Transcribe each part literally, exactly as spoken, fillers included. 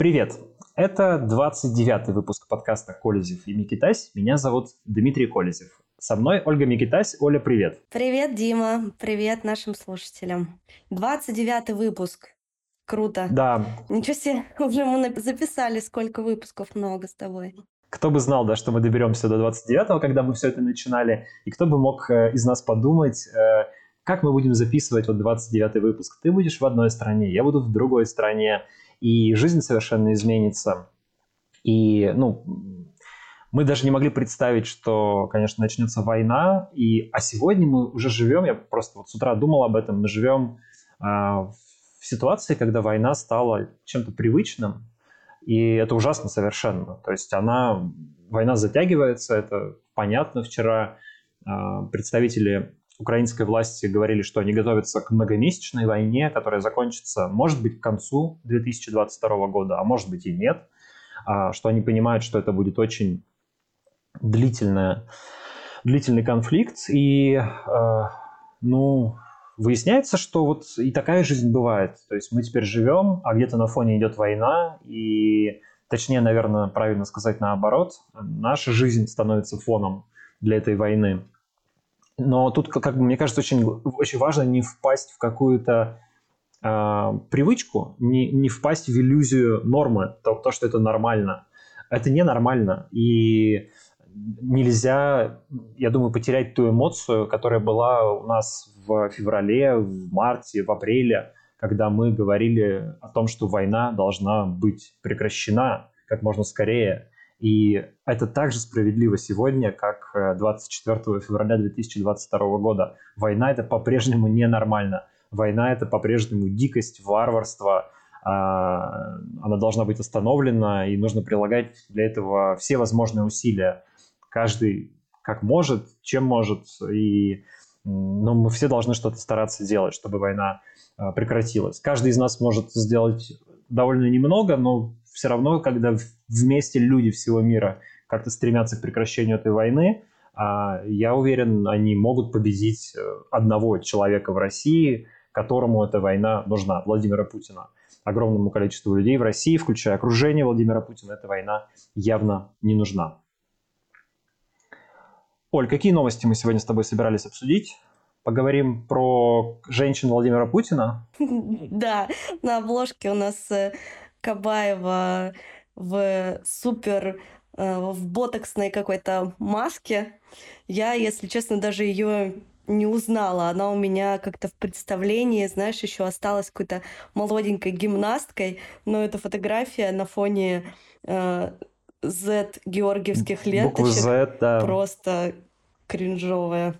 Привет! Это двадцать девятый выпуск подкаста «Колезев и Микитась». Меня зовут Дмитрий Колезев. Со мной Ольга Микитась. Оля, привет! Привет, Дима! Привет нашим слушателям! двадцать девятый выпуск. Круто! Да. Ничего себе, уже мы записали, сколько выпусков много с тобой. Кто бы знал, да, что мы доберемся до двадцать девятого, когда мы все это начинали, и кто бы мог э, из нас подумать, э, как мы будем записывать вот двадцать девятый выпуск. Ты будешь в одной стране, я буду в другой стране, и жизнь совершенно изменится. И, ну, мы даже не могли представить, что, конечно, начнется война, и, а сегодня мы уже живем, я просто вот с утра думал об этом, мы живем э, в ситуации, когда война стала чем-то привычным, и это ужасно совершенно. То есть она, война затягивается, это понятно. Вчера э, представители украинской власти говорили, что они готовятся к многомесячной войне, которая закончится, может быть, к концу две тысячи двадцать второго года, а может быть и нет. Э, что они понимают, что это будет очень длительная, длительный конфликт. И, э, ну... Выясняется, что вот и такая жизнь бывает. То есть мы теперь живем, а где-то на фоне идет война, и, точнее, наверное, правильно сказать наоборот, наша жизнь становится фоном для этой войны. Но тут, как бы, мне кажется, очень, очень важно не впасть в какую-то э, привычку, не, не впасть в иллюзию нормы, то, то, что это нормально. Это ненормально, и нельзя, я думаю, потерять ту эмоцию, которая была у нас в феврале, в марте, в апреле, когда мы говорили о том, что война должна быть прекращена как можно скорее. И это также справедливо сегодня, как двадцать четвёртого февраля две тысячи двадцать второго года. Война — это по-прежнему ненормально. Война — это по-прежнему дикость, варварство. Она должна быть остановлена, и нужно прилагать для этого все возможные усилия. Каждый как может, чем может, и ну, мы все должны что-то стараться делать, чтобы война э, прекратилась. Каждый из нас может сделать довольно немного, но все равно, когда вместе люди всего мира как-то стремятся к прекращению этой войны, э, я уверен, они могут победить одного человека в России, которому эта война нужна, Владимира Путина. Огромному количеству людей в России, включая окружение Владимира Путина, эта война явно не нужна. Оль, какие новости мы сегодня с тобой собирались обсудить? Поговорим про женщин Владимира Путина? Да, на обложке у нас Кабаева в супер, в ботоксной какой-то маске. Я, если честно, даже ее не узнала. Она у меня как-то в представлении, знаешь, еще осталась какой-то молоденькой гимнасткой, но эта фотография на фоне э, Z георгиевских ленточек Буквы Z, да. Просто кринжовая.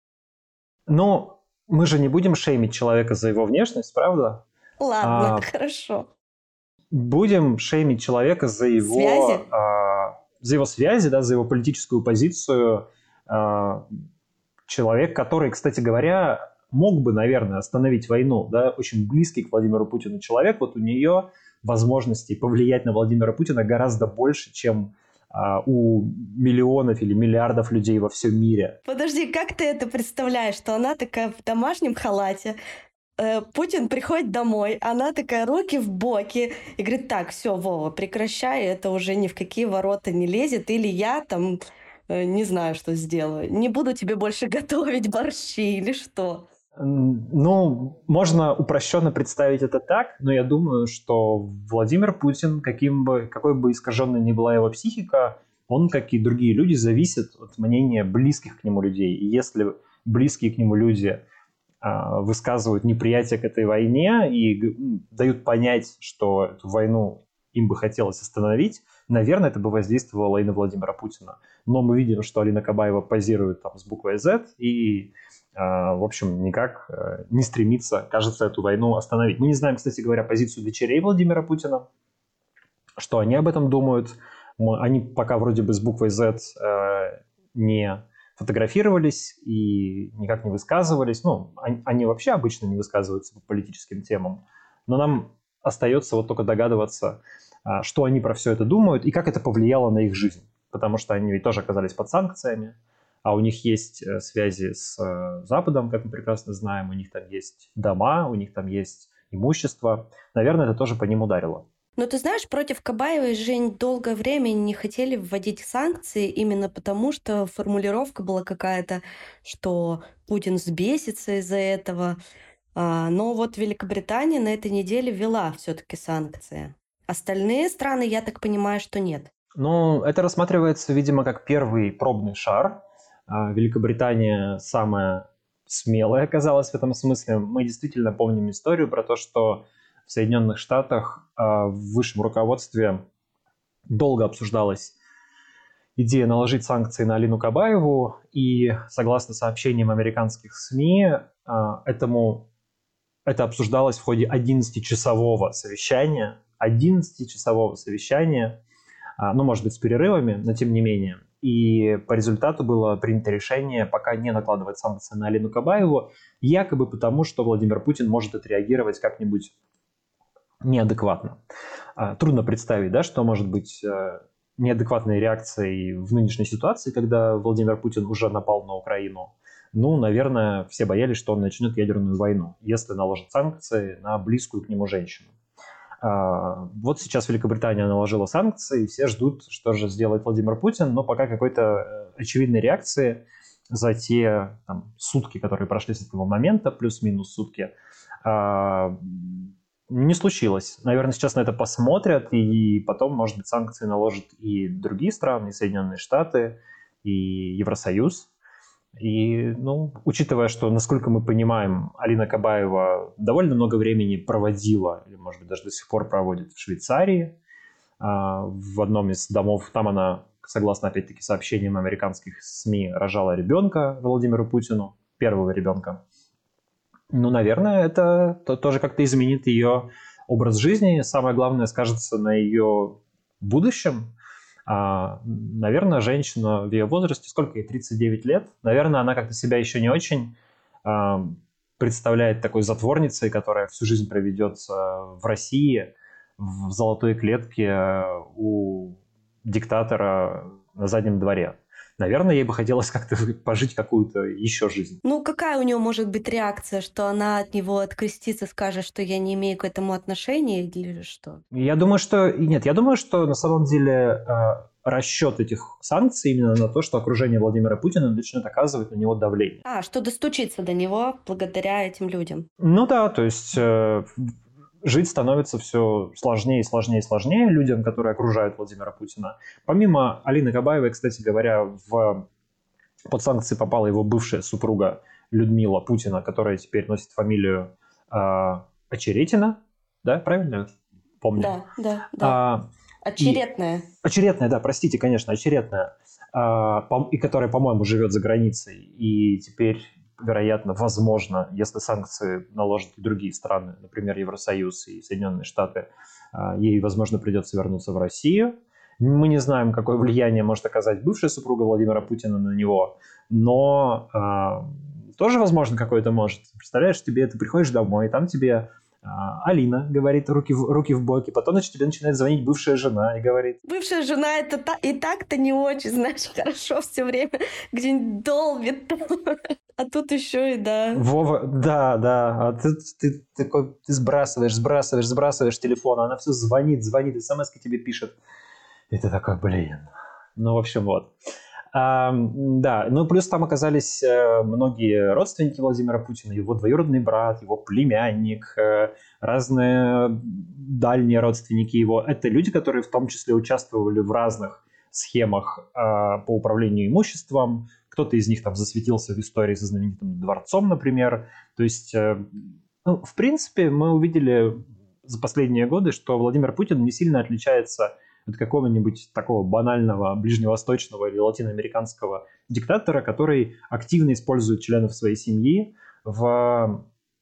Ну, мы же не будем шеймить человека за его внешность, правда? Ладно, а, хорошо. Будем шеймить человека за его связи, а, за его связи, да, за его политическую позицию. А, человек, который, кстати говоря, мог бы, наверное, остановить войну, да, очень близкий к Владимиру Путину человек, вот у нее возможностей повлиять на Владимира Путина гораздо больше, чем а, у миллионов или миллиардов людей во всем мире. Подожди, как ты это представляешь, что она такая в домашнем халате, э, Путин приходит домой, она такая руки в боки и говорит: так, все, Вова, прекращай, это уже ни в какие ворота не лезет, или я там э, не знаю, что сделаю, не буду тебе больше готовить борщи или что. Ну, можно упрощенно представить это так, но я думаю, что Владимир Путин, каким бы, какой бы искаженной ни была его психика, он, как и другие люди, зависит от мнения близких к нему людей. И если близкие к нему люди а, высказывают неприятие к этой войне и дают понять, что эту войну им бы хотелось остановить, наверное, это бы воздействовало и на Владимира Путина. Но мы видим, что Алина Кабаева позирует там с буквой Z и в общем, никак не стремится, кажется, эту войну остановить. Мы не знаем, кстати говоря, позицию дочерей Владимира Путина, что они об этом думают. Они пока вроде бы с буквой Z не фотографировались и никак не высказывались. Ну, они вообще обычно не высказываются по политическим темам. Но нам остается вот только догадываться, что они про все это думают и как это повлияло на их жизнь. Потому что они ведь тоже оказались под санкциями. А у них есть связи с Западом, как мы прекрасно знаем, у них там есть дома, у них там есть имущество. Наверное, это тоже по ним ударило. Но ты знаешь, против Кабаевой же долгое время не хотели вводить санкции именно потому, что формулировка была какая-то, что Путин взбесится из-за этого. А, Но вот Великобритания на этой неделе ввела все-таки санкции. Остальные страны, я так понимаю, что нет. Ну, это рассматривается, видимо, как первый пробный шар. А, Великобритания самая смелая оказалась в этом смысле. Мы действительно помним историю про то, что в Соединенных Штатах а, в высшем руководстве долго обсуждалась идея наложить санкции на Алину Кабаеву, и согласно сообщениям американских СМИ, а, этому, это обсуждалось в ходе одиннадцатичасового совещания, одиннадцатичасового совещания, а, ну, может быть, с перерывами, но тем не менее. И по результату было принято решение пока не накладывать санкции на Алину Кабаеву, якобы потому, что Владимир Путин может отреагировать как-нибудь неадекватно. А, Трудно представить, да, что может быть э, неадекватной реакцией в нынешней ситуации, когда Владимир Путин уже напал на Украину. Ну, наверное, все боялись, что он начнет ядерную войну, если наложит санкции на близкую к нему женщину. А, Вот сейчас Великобритания наложила санкции, и все ждут, что же сделает Владимир Путин, но пока какой-то э, очевидной реакции за те там, сутки, которые прошли с этого момента, плюс-минус сутки, а, не случилось. Наверное, сейчас на это посмотрят, и потом, может быть, санкции наложат и другие страны, и Соединенные Штаты, и Евросоюз. И, ну, учитывая, что, насколько мы понимаем, Алина Кабаева довольно много времени проводила, или, может быть, даже до сих пор проводит в Швейцарии, в одном из домов. Там она, согласно, опять-таки, сообщениям американских СМИ, рожала ребенка Владимиру Путину, первого ребенка. Ну, наверное, это тоже как-то изменит ее образ жизни. Самое главное, скажется на ее будущем. А, наверное, женщина в ее возрасте, сколько ей, тридцать девять лет, наверное, она как-то себя еще не очень а, представляет такой затворницей, которая всю жизнь проведет в России, в золотой клетке у диктатора на заднем дворе. Наверное, ей бы хотелось как-то пожить какую-то еще жизнь. Ну, какая у нее может быть реакция, что она от него открестится, скажет, что я не имею к этому отношения или что? Я думаю, что... Нет, я думаю, что на самом деле расчет этих санкций именно на то, что окружение Владимира Путина начнет оказывать на него давление. А, что достучиться до него благодаря этим людям. Ну да, то есть э, жить становится все сложнее и сложнее и сложнее людям, которые окружают Владимира Путина. Помимо Алины Кабаевой, кстати говоря, в... под санкции попала его бывшая супруга Людмила Путина, которая теперь носит фамилию э, Очеретина, да, правильно помню? Да, да, да. А, Очеретная. И... Очеретная, да, простите, конечно, очеретная. А, и которая, по-моему, живет за границей. И теперь, вероятно, возможно, если санкции наложат и другие страны, например, Евросоюз и Соединенные Штаты, а, ей, возможно, придется вернуться в Россию. Мы не знаем, какое влияние может оказать бывшая супруга Владимира Путина на него, но а, тоже, возможно, какое-то может. Представляешь, тебе ты приходишь домой, и там тебе... Алина говорит, руки в, руки в боки, потом, значит, тебе начинает звонить бывшая жена и говорит... Бывшая жена это та, и так-то не очень, знаешь, хорошо все время где-нибудь долбит. А тут еще и да. Вова, да, да, а ты, ты такой, ты сбрасываешь, сбрасываешь, сбрасываешь телефон, она все звонит, звонит, смс-ки тебе пишет. И ты такой, блин. Ну, в общем, вот. А, да, ну плюс там оказались многие родственники Владимира Путина, его двоюродный брат, его племянник, разные дальние родственники его. Это люди, которые в том числе участвовали в разных схемах а, по управлению имуществом. Кто-то из них там засветился в истории со знаменитым дворцом, например. То есть, ну, в принципе, мы увидели за последние годы, что Владимир Путин не сильно отличается от какого-нибудь такого банального ближневосточного или латиноамериканского диктатора, который активно использует членов своей семьи в,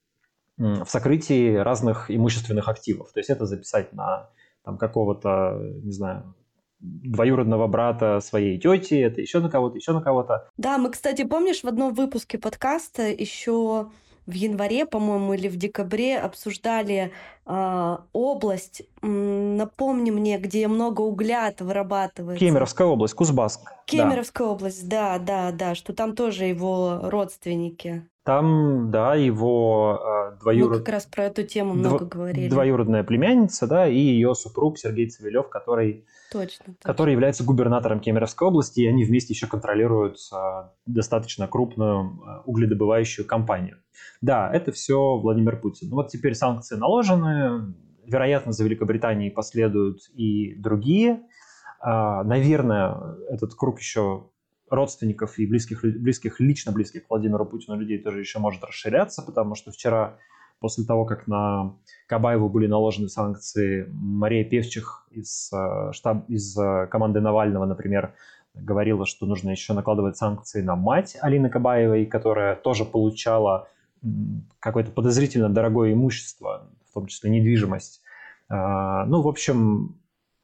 в сокрытии разных имущественных активов. То есть это записать на там, какого-то, не знаю, двоюродного брата своей тети, это еще на кого-то, еще на кого-то. Да, мы, кстати, помнишь, в одном выпуске подкаста еще в январе, по-моему, или в декабре обсуждали э, область М, Напомни мне, где много угля вырабатывается. Кемеровская область, Кузбасск. Да. Кемеровская область, да, да, да, что там тоже его родственники. Там, да, его э, Мы двоюрод... как раз про эту тему дво- много говорили. двоюродная племянница, да, и ее супруг Сергей Цивилев, который, Точно, точно. который является губернатором Кемеровской области, и они вместе еще контролируют э, достаточно крупную э, угледобывающую компанию. Да, это все Владимир Путин. Ну вот теперь санкции наложены, вероятно, за Великобританией последуют и другие. А, наверное, этот круг еще родственников и близких, близких, лично близких Владимиру Путину людей тоже еще может расширяться, потому что вчера, после того, как на Кабаеву были наложены санкции, Мария Певчих из, штаб, из команды Навального, например, говорила, что нужно еще накладывать санкции на мать Алины Кабаевой, которая тоже получала какое-то подозрительно дорогое имущество, в том числе недвижимость. Ну, в общем,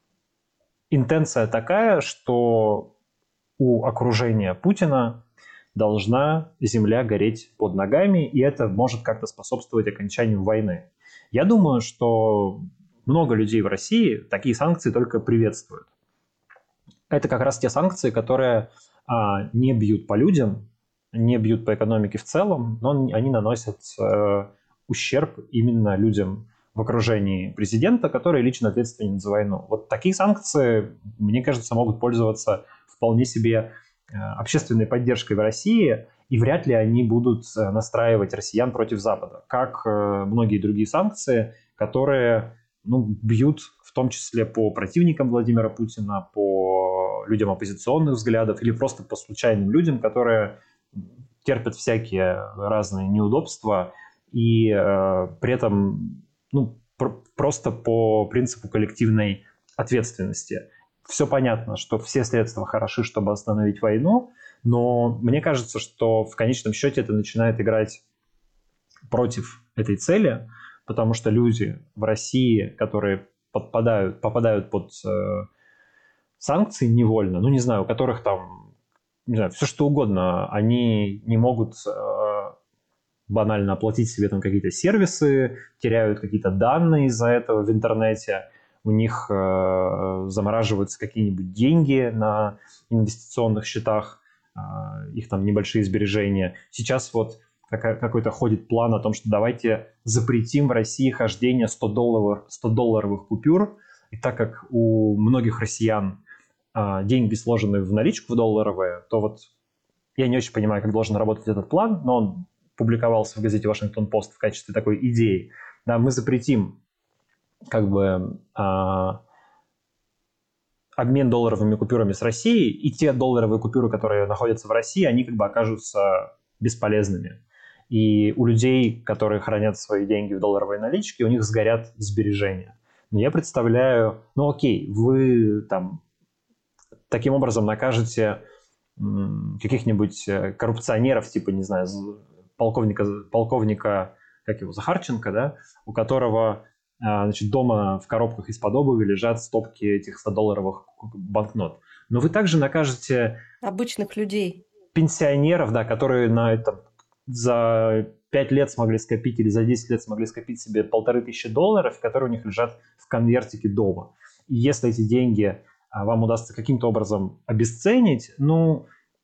интенция такая, что у окружения Путина должна земля гореть под ногами, и это может как-то способствовать окончанию войны. Я думаю, что много людей в России такие санкции только приветствуют. Это как раз те санкции, которые а, не бьют по людям, не бьют по экономике в целом, но они наносят э, ущерб именно людям в окружении президента, который лично ответственен за войну. Вот такие санкции, мне кажется, могут пользоваться вполне себе общественной поддержкой в России, и вряд ли они будут настраивать россиян против Запада, как многие другие санкции, которые ну, бьют в том числе по противникам Владимира Путина, по людям оппозиционных взглядов или просто по случайным людям, которые терпят всякие разные неудобства и э, при этом ну, пр- просто по принципу коллективной ответственности. Все понятно, что все средства хороши, чтобы остановить войну, но мне кажется, что в конечном счете это начинает играть против этой цели, потому что люди в России, которые подпадают, попадают под э, санкции невольно, ну не знаю, у которых там, не знаю, все что угодно, они не могут э, банально оплатить себе там какие-то сервисы, теряют какие-то данные из-за этого в интернете, у них э, замораживаются какие-нибудь деньги на инвестиционных счетах, э, их там небольшие сбережения. Сейчас вот какой-то ходит план о том, что давайте запретим в России хождение сто долларовых купюр, и так как у многих россиян э, деньги сложены в наличку в долларовые, то вот я не очень понимаю, как должен работать этот план, но он публиковался в газете «Вашингтон-Пост» в качестве такой идеи. Да, мы запретим как бы а, обмен долларовыми купюрами с Россией, и те долларовые купюры, которые находятся в России, они как бы окажутся бесполезными. И у людей, которые хранят свои деньги в долларовой наличке, у них сгорят сбережения. Но я представляю, ну окей, вы там таким образом накажете м, каких-нибудь коррупционеров, типа, не знаю, полковника, полковника как его, Захарченко, да, у которого значит, дома в коробках из-под обуви лежат стопки этих сто-долларовых банкнот. Но вы также накажете обычных людей, пенсионеров, да, которые на это за пять лет смогли скопить или за десять лет смогли скопить себе полторы тысячи долларов, которые у них лежат в конвертике дома. И если эти деньги вам удастся каким-то образом обесценить, ну,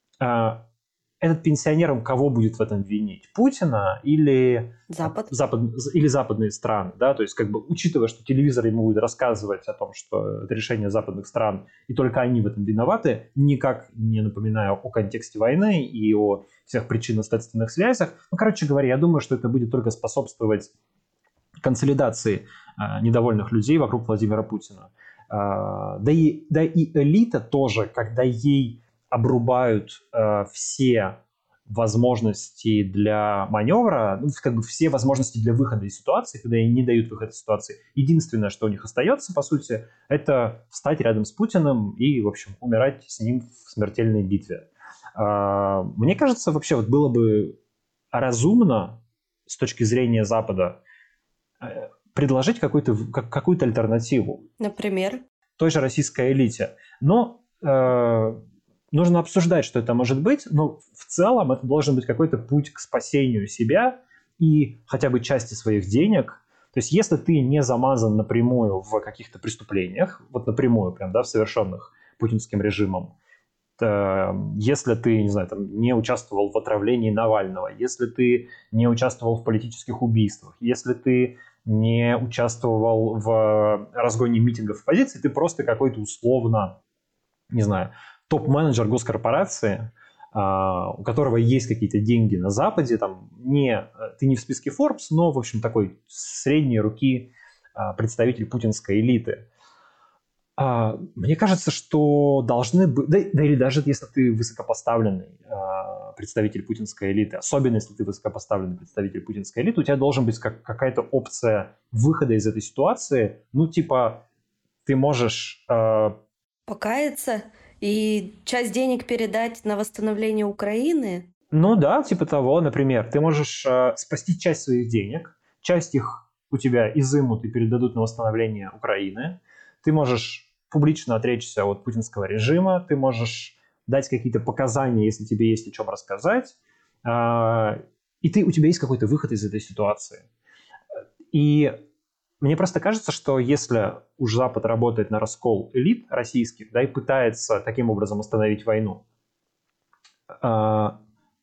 этот пенсионер кого будет в этом винить? Путина или, Запад. Запад, или западные страны? Да? То есть, как бы, учитывая, что телевизор ему будет рассказывать о том, что это решение западных стран, и только они в этом виноваты, никак не напоминая о контексте войны и о всех причинно-следственных связях. Ну, короче говоря, я думаю, что это будет только способствовать консолидации э, недовольных людей вокруг Владимира Путина. Э, да, и, да и элита тоже, когда ей обрубают э, все возможности для маневра, ну, как бы все возможности для выхода из ситуации, когда им не дают выход из ситуации. Единственное, что у них остается, по сути, это встать рядом с Путиным и, в общем, умирать с ним в смертельной битве. Э, мне кажется, вообще вот было бы разумно с точки зрения Запада э, предложить какую-то, какую-то альтернативу. Например? Той же российской элите. Но э, нужно обсуждать, что это может быть, но в целом это должен быть какой-то путь к спасению себя и хотя бы части своих денег. То есть если ты не замазан напрямую в каких-то преступлениях, вот напрямую прям, да, в совершенных путинским режимом, если ты, не знаю, там, не участвовал в отравлении Навального, если ты не участвовал в политических убийствах, если ты не участвовал в разгоне митингов оппозиции, ты просто какой-то условно, не знаю, топ-менеджер госкорпорации, у которого есть какие-то деньги на Западе, там, не, ты не в списке Forbes, но, в общем, такой средней руки представитель путинской элиты. А, мне кажется, что должны быть, да, да или даже если ты высокопоставленный а, представитель путинской элиты, особенно если ты высокопоставленный представитель путинской элиты, у тебя должен быть как, какая-то опция выхода из этой ситуации. Ну, типа, ты можешь... А... Покаяться и часть денег передать на восстановление Украины? Ну да, типа того, например. Ты можешь а, спасти часть своих денег, часть их у тебя изымут и передадут на восстановление Украины. Ты можешь публично отречься от путинского режима, ты можешь дать какие-то показания, если тебе есть о чем рассказать, и ты, у тебя есть какой-то выход из этой ситуации. И мне просто кажется, что если уж Запад работает на раскол элит российских, да, и пытается таким образом остановить войну, то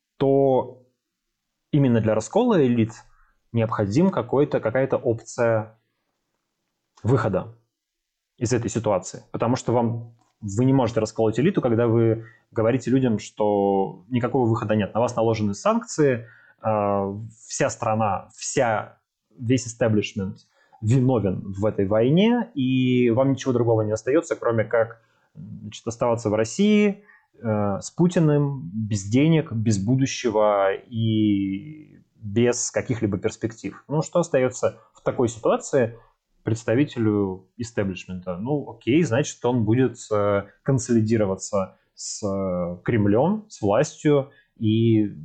именно для раскола элит необходим какой-то, какая-то опция выхода из этой ситуации. Потому что вам, вы не можете расколоть элиту, когда вы говорите людям, что никакого выхода нет. На вас наложены санкции, э, вся страна, вся, весь истеблишмент виновен в этой войне, и вам ничего другого не остается, кроме как, значит, оставаться в России э, с Путиным, без денег, без будущего и без каких-либо перспектив. Ну, что остается в такой ситуации представителю истеблишмента? Ну, окей, значит, он будет э, консолидироваться с э, Кремлем, с властью, и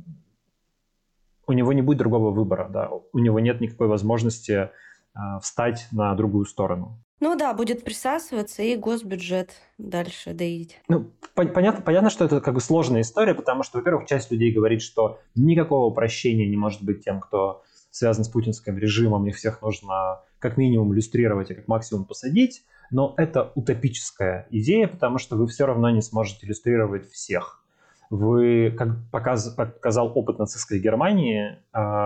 у него не будет другого выбора, да, у него нет никакой возможности э, встать на другую сторону. Ну да, будет присасываться и госбюджет дальше доить. Ну, понятно, понятно, что это как бы сложная история, потому что, во-первых, часть людей говорит, что никакого прощения не может быть тем, кто связан с путинским режимом, их всех нужно как минимум иллюстрировать и как максимум посадить, но это утопическая идея, потому что вы все равно не сможете иллюстрировать всех. Вы, как показ, показал опыт нацистской Германии,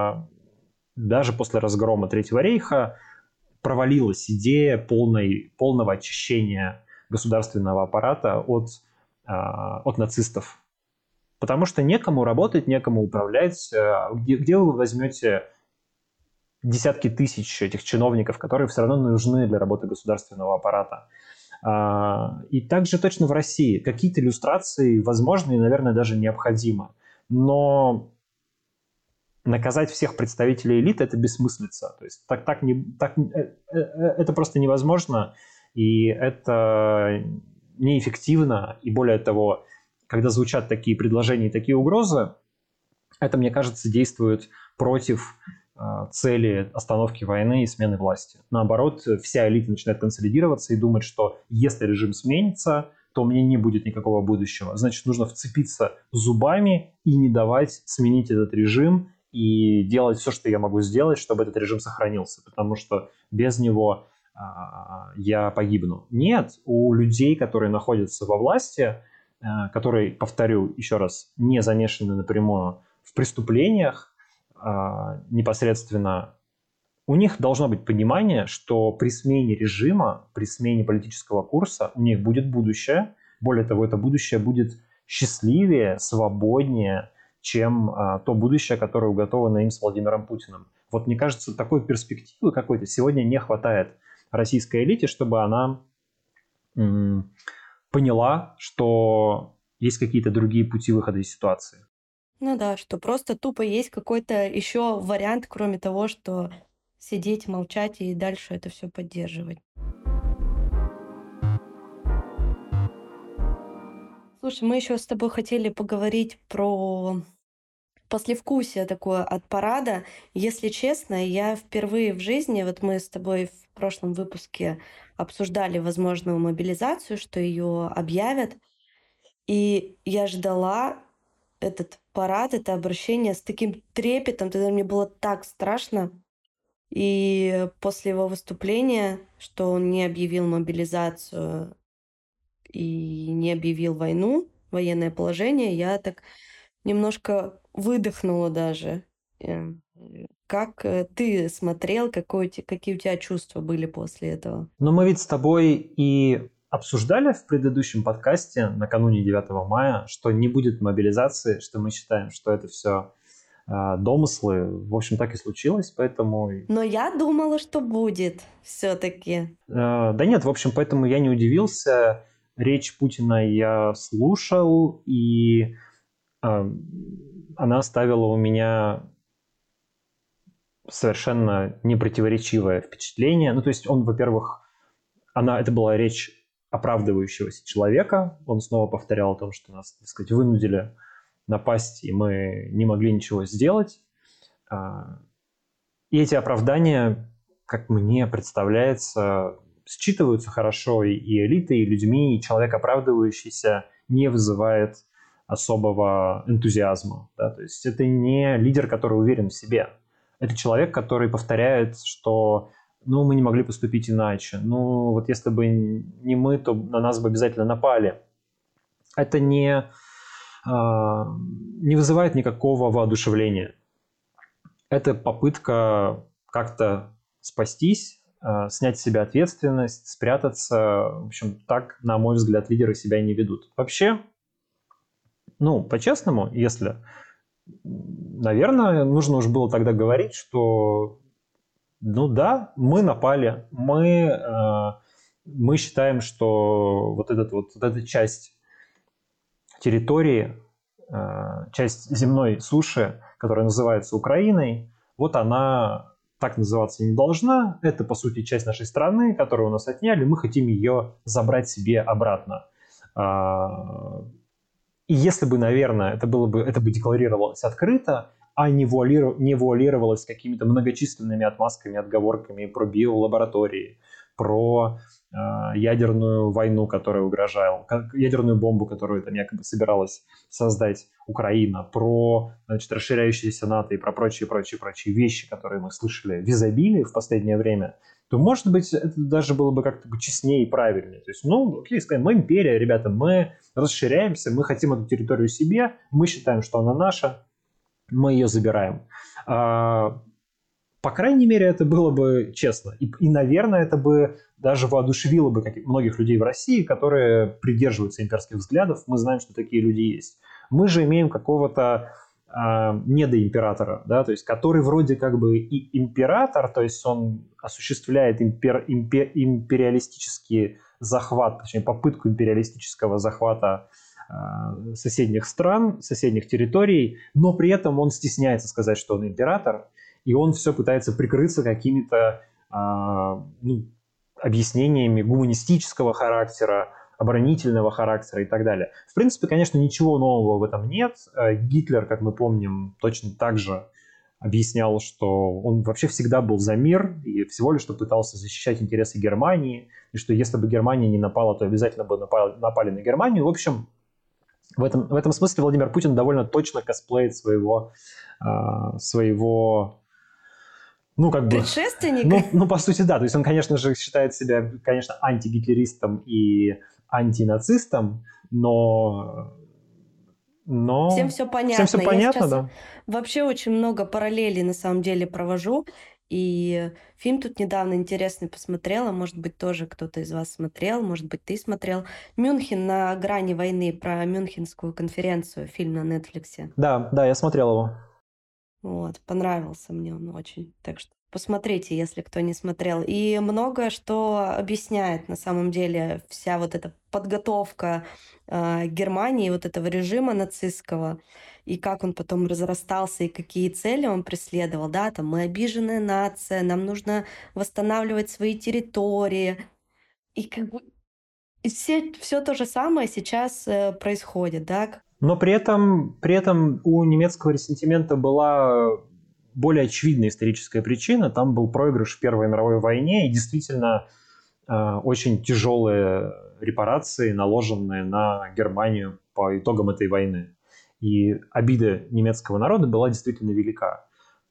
даже после разгрома Третьего рейха провалилась идея полной, полного очищения государственного аппарата от, от нацистов. Потому что некому работать, некому управлять. Где, где вы возьмете десятки тысяч этих чиновников, которые все равно нужны для работы государственного аппарата? И также точно в России. Какие-то иллюстрации возможны и, наверное, даже необходимы. Но наказать всех представителей элиты – это бессмыслица. То есть так, так не, так, это просто невозможно, и это неэффективно. И более того, когда звучат такие предложения и такие угрозы, это, мне кажется, действует против э, цели остановки войны и смены власти. Наоборот, вся элита начинает консолидироваться и думать, что если режим сменится, то у меня не будет никакого будущего. Значит, нужно вцепиться зубами и не давать сменить этот режим, и делать все, что я могу сделать, чтобы этот режим сохранился, потому что без него а, я погибну. Нет, у людей, которые находятся во власти, а, которые, повторю еще раз, не замешаны напрямую в преступлениях а, непосредственно, у них должно быть понимание, что при смене режима, при смене политического курса у них будет будущее. Более того, это будущее будет счастливее, свободнее, чем а, то будущее, которое уготовано им с Владимиром Путиным. Вот мне кажется, такой перспективы какой-то сегодня не хватает российской элите, чтобы она м- поняла, что есть какие-то другие пути выхода из ситуации. Ну да, что просто тупо есть какой-то еще вариант, кроме того, что сидеть, молчать и дальше это все поддерживать. Слушай, мы еще с тобой хотели поговорить про послевкусие такое от парада. Если честно, я впервые в жизни, вот мы с тобой в прошлом выпуске обсуждали возможную мобилизацию, что ее объявят, и я ждала этот парад, это обращение с таким трепетом, тогда мне было так страшно. И после его выступления, что он не объявил мобилизацию и не объявил войну, военное положение, я так немножко выдохнула даже. Э, Как э, ты смотрел, какой, у те- какие у тебя чувства были после этого? Но мы ведь с тобой и обсуждали в предыдущем подкасте накануне девятого мая, что не будет мобилизации, что мы считаем, что это все домыслы. В общем, так и случилось, поэтому... Но я думала, что будет все-таки. Э, Да нет, в общем, поэтому я не удивился. Речь Путина я слушал, и э, она оставила у меня совершенно непротиворечивое впечатление. Ну, то есть он, во-первых, она, это была речь оправдывающегося человека. Он снова повторял о том, что нас, так сказать, вынудили напасть, и мы не могли ничего сделать. А, И эти оправдания, как мне представляется, считываются хорошо и и элитой, и людьми, и человек, оправдывающийся, не вызывает особого энтузиазма. Да? То есть это не лидер, который уверен в себе. Это человек, который повторяет, что ну, мы не могли поступить иначе. Ну, вот если бы не мы, то на нас бы обязательно напали. Это не, а, не вызывает никакого воодушевления. Это попытка как-то спастись, э, снять с себя ответственность, спрятаться. В общем, так, на мой взгляд, лидеры себя не ведут. Вообще, ну, по-честному, если, наверное, нужно уже было тогда говорить, что, ну да, мы напали, мы, э, мы считаем, что вот, этот вот, вот эта часть территории, э, часть земной суши, которая называется Украиной, вот она так называться не должна. Это, по сути, часть нашей страны, которую у нас отняли. Мы хотим ее забрать себе обратно. А, И если бы, наверное, это, было бы, это бы декларировалось открыто, а не, вуалиру, не вуалировалось какими-то многочисленными отмазками, отговорками про биолаборатории, про э, ядерную войну, которая угрожала, ядерную бомбу, которую там якобы собиралась создать Украина, про, значит, расширяющиеся НАТО и про прочие-прочие-прочие вещи, которые мы слышали в изобилии в последнее время, то, может быть, это даже было бы как-то честнее и правильнее. То есть, ну, окей, скажем, мы империя, ребята, мы расширяемся, мы хотим эту территорию себе, мы считаем, что она наша, мы ее забираем. А, по крайней мере, это было бы честно. И, и наверное, это бы даже воодушевило бы каких- многих людей в России, которые придерживаются имперских взглядов. Мы знаем, что такие люди есть. Мы же имеем какого-то а, недоимператора, да, то есть который вроде как бы и император, то есть он осуществляет импер, импер, империалистический захват, точнее попытку империалистического захвата а, соседних стран, соседних территорий, но при этом он стесняется сказать, что он император, и он все пытается прикрыться какими-то а, ну, объяснениями гуманистического характера, оборонительного характера и так далее. В принципе, конечно, ничего нового в этом нет. Гитлер, как мы помним, точно так же объяснял, что он вообще всегда был за мир и всего лишь что пытался защищать интересы Германии, и что если бы Германия не напала, то обязательно бы напали, напали на Германию. В общем, в этом, в этом смысле Владимир Путин довольно точно косплеит своего, э, своего ну, как бы, Предшественник? ну, ну, по сути, да. То есть он, конечно же, считает себя, конечно, антигитлеристом и антинацистом, но, Всем но все всем все понятно. Я понятно, сейчас да. вообще очень много параллелей на самом деле провожу. И фильм тут недавно интересный посмотрела. Может быть, тоже кто-то из вас смотрел, может быть, ты смотрел. «Мюнхен на грани войны», про Мюнхенскую конференцию, фильм на Нетфликсе. Да, да, я смотрел его. Вот, понравился мне он очень. Так что посмотрите, если кто не смотрел. И многое что объясняет на самом деле вся вот эта подготовка э, Германии, вот этого режима нацистского, и как он потом разрастался, и какие цели он преследовал. Да, там мы обиженная нация, нам нужно восстанавливать свои территории. И как бы и все, все то же самое сейчас э, происходит, да. Но при этом, при этом у немецкого ресентимента была более очевидная историческая причина. Там был проигрыш в Первой мировой войне, и действительно э, очень тяжелые репарации, наложенные на Германию по итогам этой войны. И обида немецкого народа была действительно велика.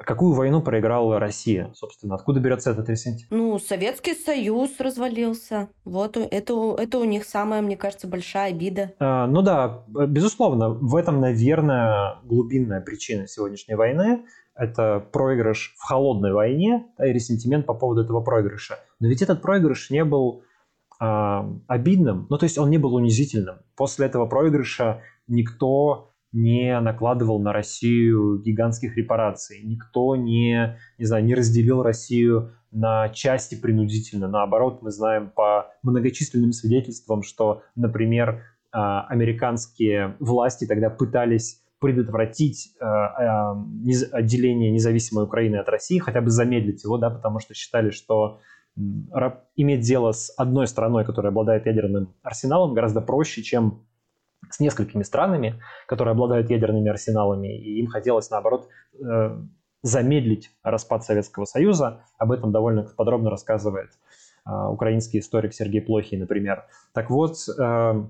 Какую войну проиграла Россия, собственно? Откуда берется этот ресентимент? Ну, Советский Союз развалился. Вот у- это, у- это у них самая, мне кажется, большая обида. А, Ну да, б- безусловно, в этом, наверное, глубинная причина сегодняшней войны. Это проигрыш в холодной войне, да, и ресентимент по поводу этого проигрыша. Но ведь этот проигрыш не был а, обидным, ну то есть он не был унизительным. После этого проигрыша никто не накладывал на Россию гигантских репараций, никто не, не знаю, не разделил Россию на части принудительно. Наоборот, мы знаем по многочисленным свидетельствам, что, например, а, американские власти тогда пытались предотвратить э, э, нез- отделение независимой Украины от России, хотя бы замедлить его, да, потому что считали, что м, ра- иметь дело с одной страной, которая обладает ядерным арсеналом, гораздо проще, чем с несколькими странами, которые обладают ядерными арсеналами, и им хотелось, наоборот, э, замедлить распад Советского Союза. Об этом довольно подробно рассказывает э, украинский историк Сергей Плохий, например. Так вот, э,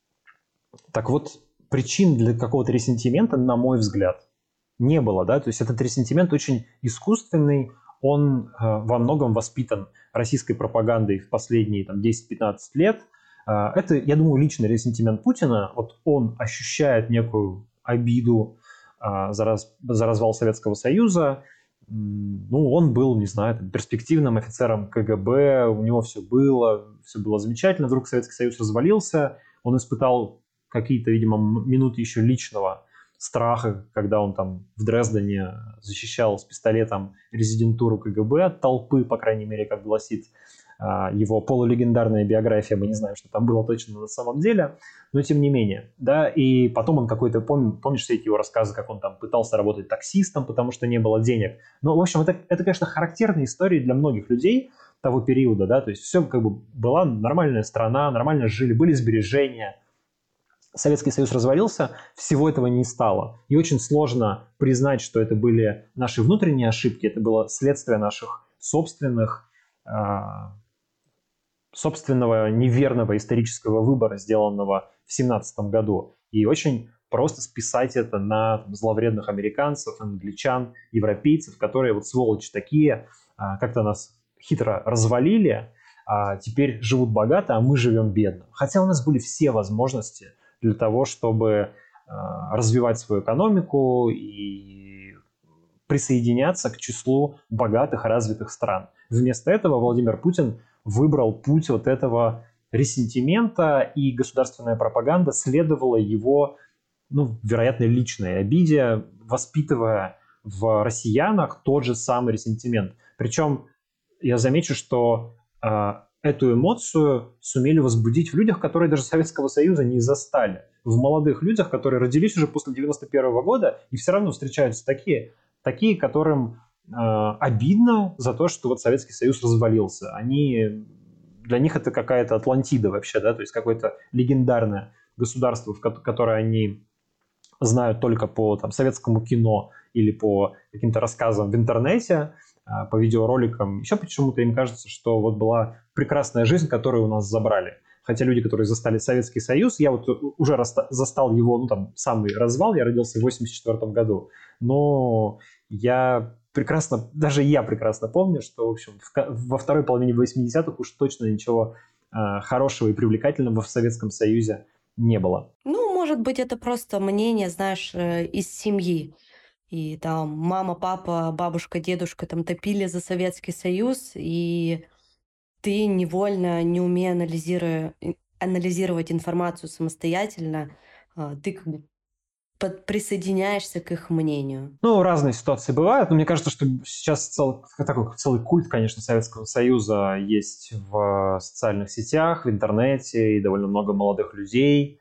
так вот, причин для какого-то ресентимента, на мой взгляд, не было, да, то есть этот ресентимент очень искусственный, он э, во многом воспитан российской пропагандой в последние там, десять-пятнадцать лет. Э, это, я думаю, личный ресентимент Путина. Вот он ощущает некую обиду э, за, раз, за развал Советского Союза. М, Ну, он был, не знаю, там, перспективным офицером ка гэ бэ, у него все было, все было замечательно. Вдруг Советский Союз развалился, он испытал какие-то, видимо, м- минуты еще личного страха, когда он там в Дрездене защищал с пистолетом резидентуру ка гэ бэ от толпы, по крайней мере, как гласит а, его полулегендарная биография. Мы не знаем, что там было точно на самом деле, но тем не менее. Да, и потом он какой-то, пом- помнишь все эти его рассказы, как он там пытался работать таксистом, потому что не было денег. Ну, в общем, это, это, конечно, характерная история для многих людей того периода, да, то есть все как бы была нормальная страна, нормально жили, были сбережения. Советский Союз развалился, всего этого не стало. И очень сложно признать, что это были наши внутренние ошибки, это было следствие наших собственных, а, собственного неверного исторического выбора, сделанного в семнадцатом году. И очень просто списать это на там, зловредных американцев, англичан, европейцев, которые вот сволочи такие, а, как-то нас хитро развалили, а теперь живут богато, а мы живем бедно. Хотя у нас были все возможности для того, чтобы а, развивать свою экономику и присоединяться к числу богатых, развитых стран. Вместо этого Владимир Путин выбрал путь вот этого ресентимента, и государственная пропаганда следовала его, ну, вероятно, личной обиде, воспитывая в россиянах тот же самый ресентимент. Причем я замечу, что э, эту эмоцию сумели возбудить в людях, которые даже Советского Союза не застали. В молодых людях, которые родились уже после девяносто первого года, и все равно встречаются такие, такие, которым э, обидно за то, что вот Советский Союз развалился. Они, для них это какая-то Атлантида вообще, да, то есть какое-то легендарное государство, в ко- которое они знают только по там, советскому кино или по каким-то рассказам в интернете, а, по видеороликам. Еще почему-то им кажется, что вот была прекрасная жизнь, которую у нас забрали. Хотя люди, которые застали Советский Союз, я вот уже раста- застал его, ну там, самый развал, я родился в восемьдесят четвёртом году, но я прекрасно, даже я прекрасно помню, что, в общем, в, ко- во второй половине восьмидесятых уж точно ничего а, хорошего и привлекательного в Советском Союзе не было. Ну, может быть, это просто мнение, знаешь, э, из семьи. И там мама, папа, бабушка, дедушка там топили за Советский Союз, и ты невольно, не умея анализируя, и- анализировать информацию самостоятельно, а, ты как бы под- присоединяешься к их мнению. Ну, разные ситуации бывают, но мне кажется, что сейчас цел, такой целый культ, конечно, Советского Союза есть в социальных сетях, в интернете, и довольно много молодых людей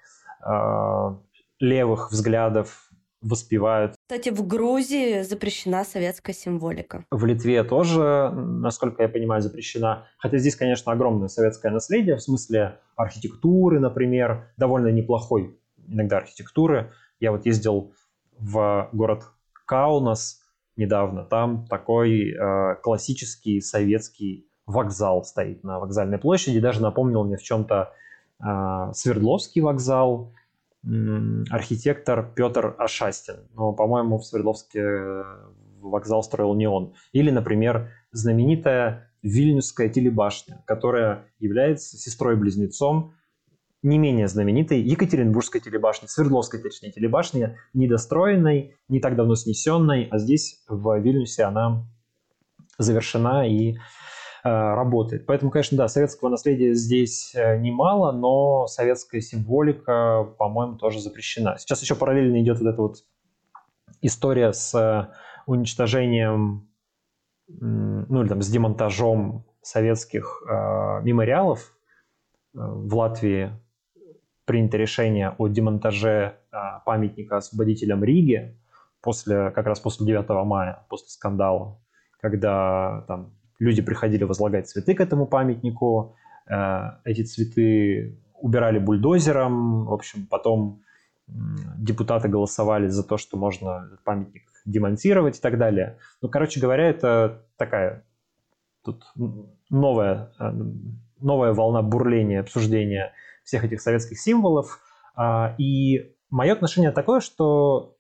э, левых взглядов воспевают. Кстати, в Грузии запрещена советская символика. В Литве тоже, насколько я понимаю, запрещена. Хотя здесь, конечно, огромное советское наследие, в смысле архитектуры, например, довольно неплохой иногда архитектуры. Я вот ездил в город Каунас недавно. Там такой э, классический советский вокзал стоит на вокзальной площади. Даже напомнил мне в чем-то э, Свердловский вокзал, м, архитектор Петр Ашастин. Но, по-моему, в Свердловске вокзал строил не он. Или, например, знаменитая Вильнюсская телебашня, которая является сестрой-близнецом не менее знаменитой Екатеринбургской телебашни, Свердловской, точнее, телебашни, недостроенной, не так давно снесенной, а здесь, в Вильнюсе, она завершена и э, работает. Поэтому, конечно, да, советского наследия здесь немало, но советская символика, по-моему, тоже запрещена. Сейчас еще параллельно идет вот эта вот история с уничтожением, ну или там с демонтажом советских э, мемориалов. В Латвии принято решение о демонтаже э, памятника освободителям Риги после, как раз после девятого мая, после скандала, когда там люди приходили возлагать цветы к этому памятнику, э, эти цветы убирали бульдозером, в общем, потом э, депутаты голосовали за то, что можно этот памятник демонтировать и так далее. Ну, короче говоря, это такая тут новая, новая волна бурления, обсуждения всех этих советских символов. И мое отношение такое, что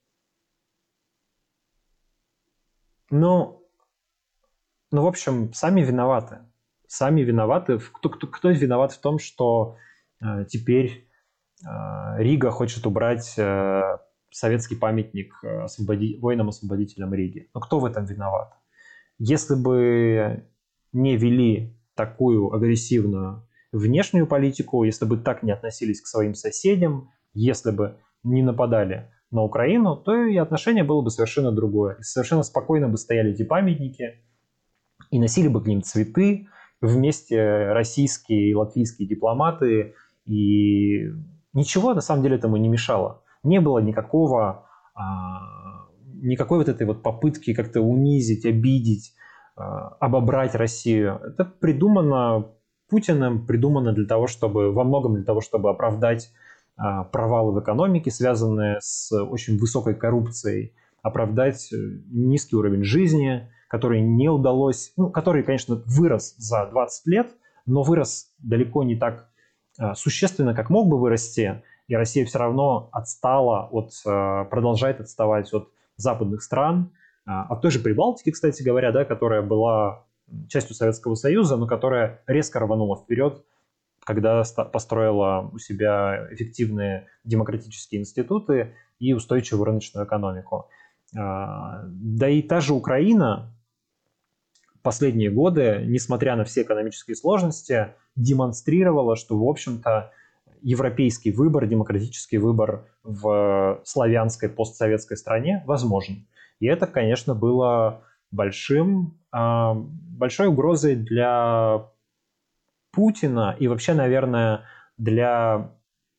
ну, ну в общем, сами виноваты. Сами виноваты. Кто, кто, кто виноват в том, что э, теперь э, Рига хочет убрать э, советский памятник освободи... воинам-освободителям Риги? Ну, кто в этом виноват? Если бы не вели такую агрессивную внешнюю политику, если бы так не относились к своим соседям, если бы не нападали на Украину, то и отношение было бы совершенно другое. И совершенно спокойно бы стояли эти памятники и носили бы к ним цветы вместе российские и латвийские дипломаты, и ничего на самом деле этому не мешало. Не было никакого, а, никакой вот этой вот попытки как-то унизить, обидеть, а, обобрать Россию. Это придумано Путиным, придумано для того, чтобы, во многом для того, чтобы оправдать а, провалы в экономике, связанные с очень высокой коррупцией, оправдать низкий уровень жизни, который не удалось, ну, который, конечно, вырос за двадцать лет, но вырос далеко не так а, существенно, как мог бы вырасти, и Россия все равно отстала от, а, продолжает отставать от западных стран, а, от той же Прибалтики, кстати говоря, да, которая была частью Советского Союза, но которая резко рванула вперед, когда построила у себя эффективные демократические институты и устойчивую рыночную экономику. Да и та же Украина последние годы, несмотря на все экономические сложности, демонстрировала, что, в общем-то, европейский выбор, демократический выбор в славянской постсоветской стране возможен. И это, конечно, было большим, большой угрозой для Путина и вообще, наверное, для,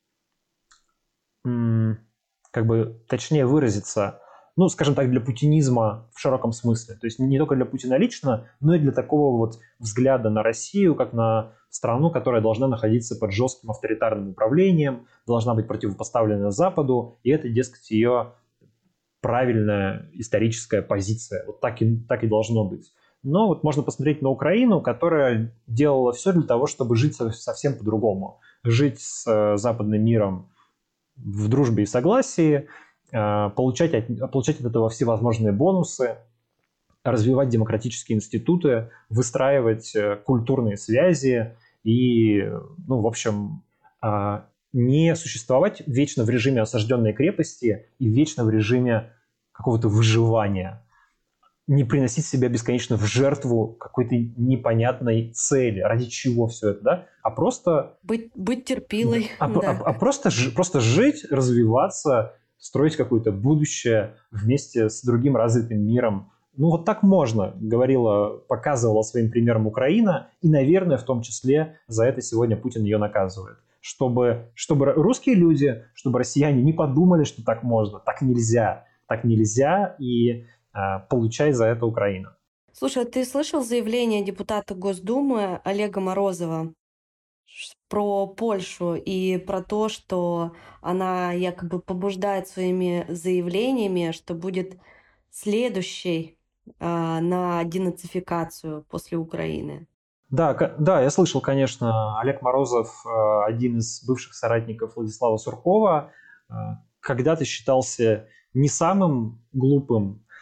как бы точнее выразиться, ну, скажем так, для путинизма в широком смысле. То есть не только для Путина лично, но и для такого вот взгляда на Россию, как на страну, которая должна находиться под жестким авторитарным управлением, должна быть противопоставлена Западу, и это, дескать, ее правильная историческая позиция. Вот так и, так и должно быть. Но вот можно посмотреть на Украину, которая делала все для того, чтобы жить совсем по-другому. Жить с западным миром в дружбе и согласии, получать от, получать от этого всевозможные бонусы, развивать демократические институты, выстраивать культурные связи и, ну, в общем, не существовать вечно в режиме осажденной крепости и вечно в режиме какого-то выживания. Не приносить себя бесконечно в жертву какой-то непонятной цели. Ради чего все это, да? А просто... Быть, быть терпилой. А, да. а, а просто, просто жить, развиваться, строить какое-то будущее вместе с другим развитым миром. Ну, вот так можно, говорила, показывала своим примером Украина, и, наверное, в том числе за это сегодня Путин ее наказывает. Чтобы, чтобы русские люди, чтобы россияне не подумали, что так можно, так нельзя, так нельзя, и э, получай за это Украина. Слушай, а ты слышал заявление депутата Госдумы Олега Морозова про Польшу и про то, что она якобы побуждает своими заявлениями, что будет следующей э, на денацификацию после Украины? Да, да, я слышал, конечно, Олег Морозов, один из бывших соратников Владислава Суркова, когда-то считался не самым глупым,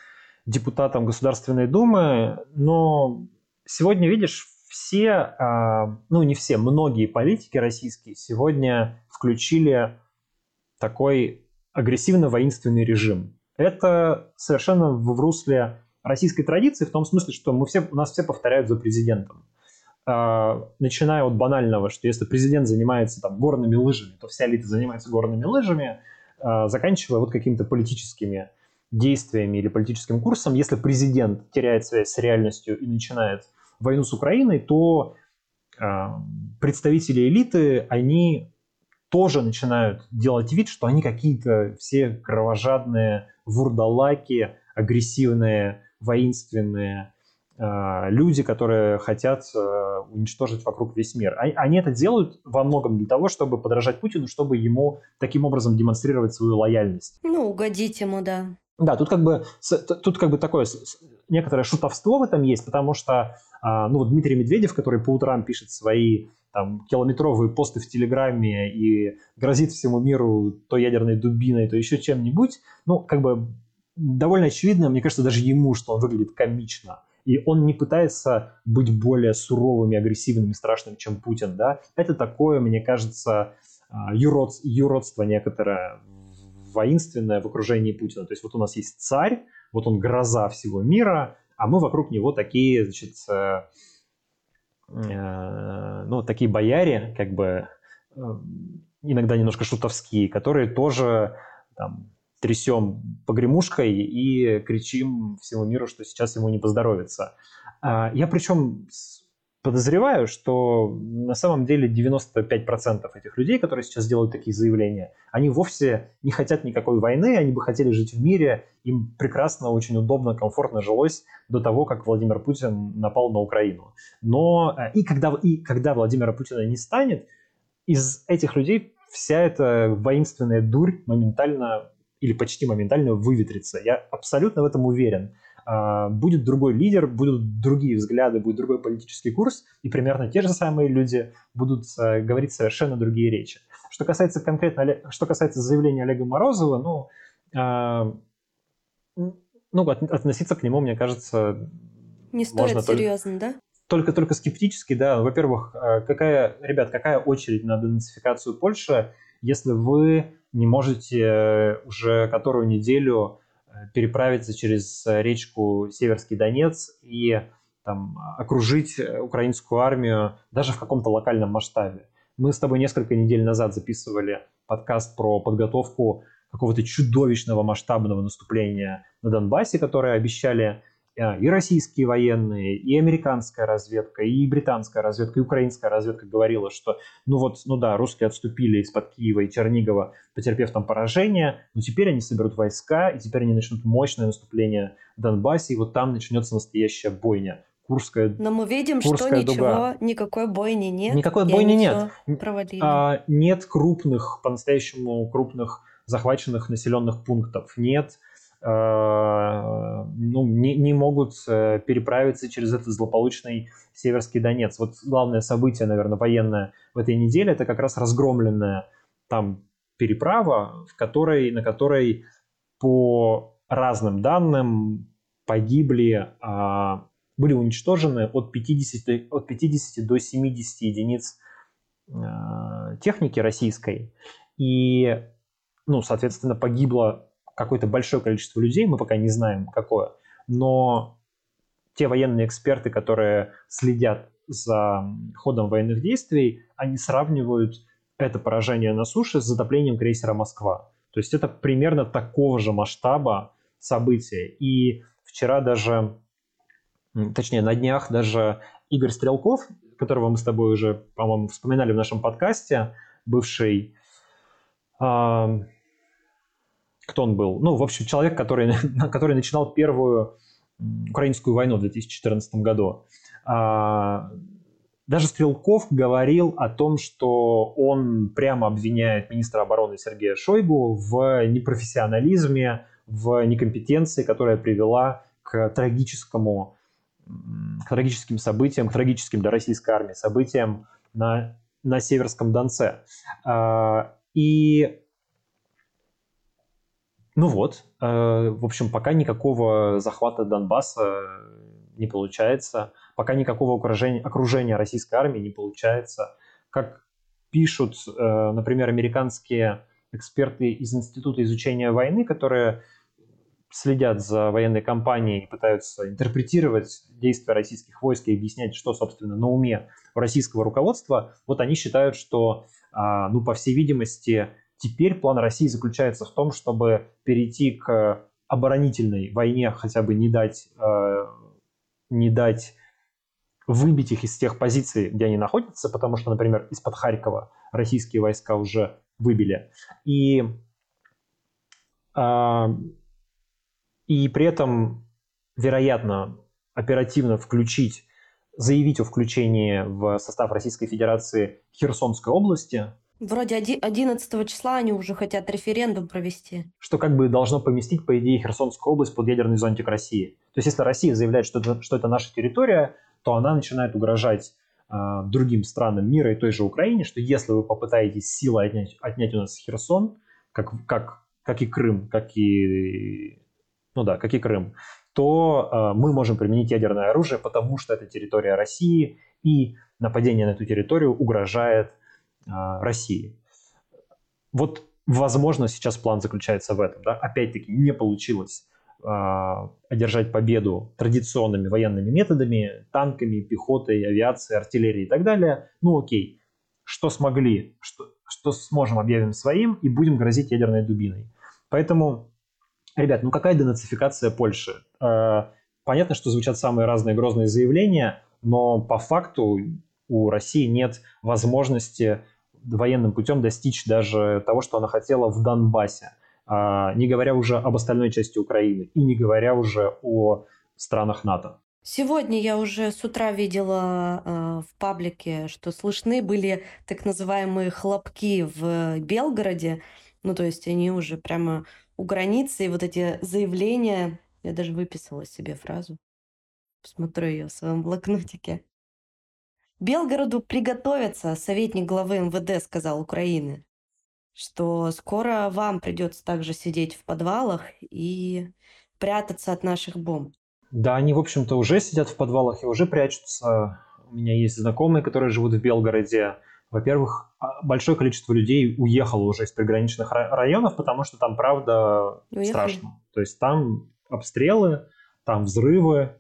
депутатом Государственной Думы, но сегодня, видишь, все, ну не все, многие политики российские сегодня включили такой агрессивно-воинственный режим. Это совершенно в русле российской традиции, в том смысле, что мы все, у нас все повторяют за президентом. Начиная от банального, что если президент занимается там, горными лыжами, то вся элита занимается горными лыжами, заканчивая вот какими-то политическими действиями или политическим курсом. Если президент теряет связь с реальностью и начинает войну с Украиной, то представители элиты, они тоже начинают делать вид, что они какие-то все кровожадные вурдалаки, агрессивные, воинственные э, люди, которые хотят э, уничтожить вокруг весь мир. Они, они это делают во многом для того, чтобы подражать Путину, чтобы ему таким образом демонстрировать свою лояльность. Ну, угодить ему, да. Да, тут как бы, тут как бы такое некоторое шутовство в этом есть, потому что э, ну, Дмитрий Медведев, который по утрам пишет свои там, километровые посты в Телеграме и грозит всему миру то ядерной дубиной, то еще чем-нибудь, ну, как бы довольно очевидно, мне кажется, даже ему, что он выглядит комично. И он не пытается быть более суровым и агрессивным и страшным, чем Путин, да. Это такое, мне кажется, юрод, юродство некоторое, воинственное в окружении Путина. То есть вот у нас есть царь, вот он гроза всего мира, а мы вокруг него такие, значит, ну, такие бояре, как бы, иногда немножко шутовские, которые тоже там, трясем погремушкой и кричим всему миру, что сейчас ему не поздоровится. Я причем подозреваю, что на самом деле девяносто пять процентов этих людей, которые сейчас делают такие заявления, они вовсе не хотят никакой войны, они бы хотели жить в мире, им прекрасно, очень удобно, комфортно жилось до того, как Владимир Путин напал на Украину. Но и когда, и когда Владимира Путина не станет, из этих людей вся эта воинственная дурь моментально или почти моментально выветрится. Я абсолютно в этом уверен. Будет другой лидер, будут другие взгляды, будет другой политический курс, и примерно те же самые люди будут говорить совершенно другие речи. Что касается конкретно, что касается заявления Олега Морозова, ну, ну относиться к нему, мне кажется, не стоит можно серьезно, только, да? Только, только скептически, да. Во-первых, какая, ребят, какая очередь на денацификацию Польши, если вы не можете уже которую неделю переправиться через речку Северский Донец и там, окружить украинскую армию даже в каком-то локальном масштабе. Мы с тобой несколько недель назад записывали подкаст про подготовку какого-то чудовищного масштабного наступления на Донбассе, которое обещали и российские военные, и американская разведка, и британская разведка, и украинская разведка говорила, что ну вот, ну да, русские отступили из-под Киева и Чернигова, потерпев там поражение, но теперь они соберут войска, и теперь они начнут мощное наступление в Донбассе, и вот там начнется настоящая бойня. Курская, но мы видим, Курская что дуга. ничего, никакой бойни нет. Никакой бойни нет. А, нет крупных, по-настоящему крупных захваченных населенных пунктов. Нет, э, ну, не, не могут переправиться через этот злополучный Северский Донец. Вот главное событие, наверное, военное в этой неделе, это как раз разгромленная там переправа, в которой, на которой по разным данным погибли, э, были уничтожены от пятидесяти, от пятидесяти до семидесяти единиц э, техники российской. И, ну, соответственно, погибло какое-то большое количество людей, мы пока не знаем, какое. Но те военные эксперты, которые следят за ходом военных действий, они сравнивают это поражение на суше с затоплением крейсера «Москва». То есть это примерно такого же масштаба события. И вчера даже... Точнее, на днях даже Игорь Стрелков, которого мы с тобой уже, по-моему, вспоминали в нашем подкасте, бывший... Э, кто он был? Ну, в общем, человек, который, который начинал первую украинскую войну в две тысячи четырнадцатом году. Э, даже Стрелков говорил о том, что он прямо обвиняет министра обороны Сергея Шойгу в непрофессионализме, в некомпетенции, которая привела к трагическому к трагическим событиям, к трагическим для российской армии событиям на, на Северском Донце. И Ну вот, э, в общем, пока никакого захвата Донбасса не получается, пока никакого окружения, окружения российской армии не получается. Как пишут, э, например, американские эксперты из Института изучения войны, которые следят за военной кампанией и пытаются интерпретировать действия российских войск и объяснять, что, собственно, на уме у российского руководства, вот они считают, что, а, ну, по всей видимости, теперь план России заключается в том, чтобы перейти к оборонительной войне, хотя бы не дать, э, не дать выбить их из тех позиций, где они находятся, потому что, например, из-под Харькова российские войска уже выбили. И э, И при этом, вероятно, оперативно включить, заявить о включении в состав Российской Федерации Херсонской области. Вроде одиннадцатого числа они уже хотят референдум провести. Что как бы должно поместить, по идее, Херсонскую область под ядерный зонтик России. То есть если Россия заявляет, что это, что это наша территория, то она начинает угрожать э, другим странам мира и той же Украине, что если вы попытаетесь силой отнять, отнять у нас Херсон, как, как, как и Крым, как и... ну да, как и Крым, то э, мы можем применить ядерное оружие, потому что это территория России, и нападение на эту территорию угрожает э, России. Вот, возможно, сейчас план заключается в этом. Да? Опять-таки, не получилось э, одержать победу традиционными военными методами, танками, пехотой, авиацией, артиллерией и так далее. Ну окей, что смогли, что, что сможем, объявим своим и будем грозить ядерной дубиной. Поэтому... Ребят, ну какая денацификация Польши? Понятно, что звучат самые разные грозные заявления, но по факту у России нет возможности военным путем достичь даже того, что она хотела в Донбассе, не говоря уже об остальной части Украины и не говоря уже о странах НАТО. Сегодня я уже с утра видела э, в паблике, что слышны были так называемые хлопки в Белгороде. Ну, то есть они уже прямо у границы, и вот эти заявления... Я даже выписала себе фразу. Посмотрю ее в своем блокнотике. Белгороду приготовиться, советник главы эм вэ дэ сказал Украины, что скоро вам придется также сидеть в подвалах и прятаться от наших бомб. Да, они, в общем-то, уже сидят в подвалах и уже прячутся. У меня есть знакомые, которые живут в Белгороде. Во-первых, большое количество людей уехало уже из приграничных районов, потому что там, правда, Уехали. страшно. То есть там обстрелы, там взрывы.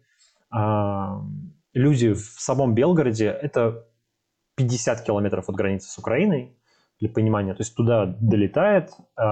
Люди в самом Белгороде – это пятьдесят километров от границы с Украиной, для понимания. То есть туда долетает.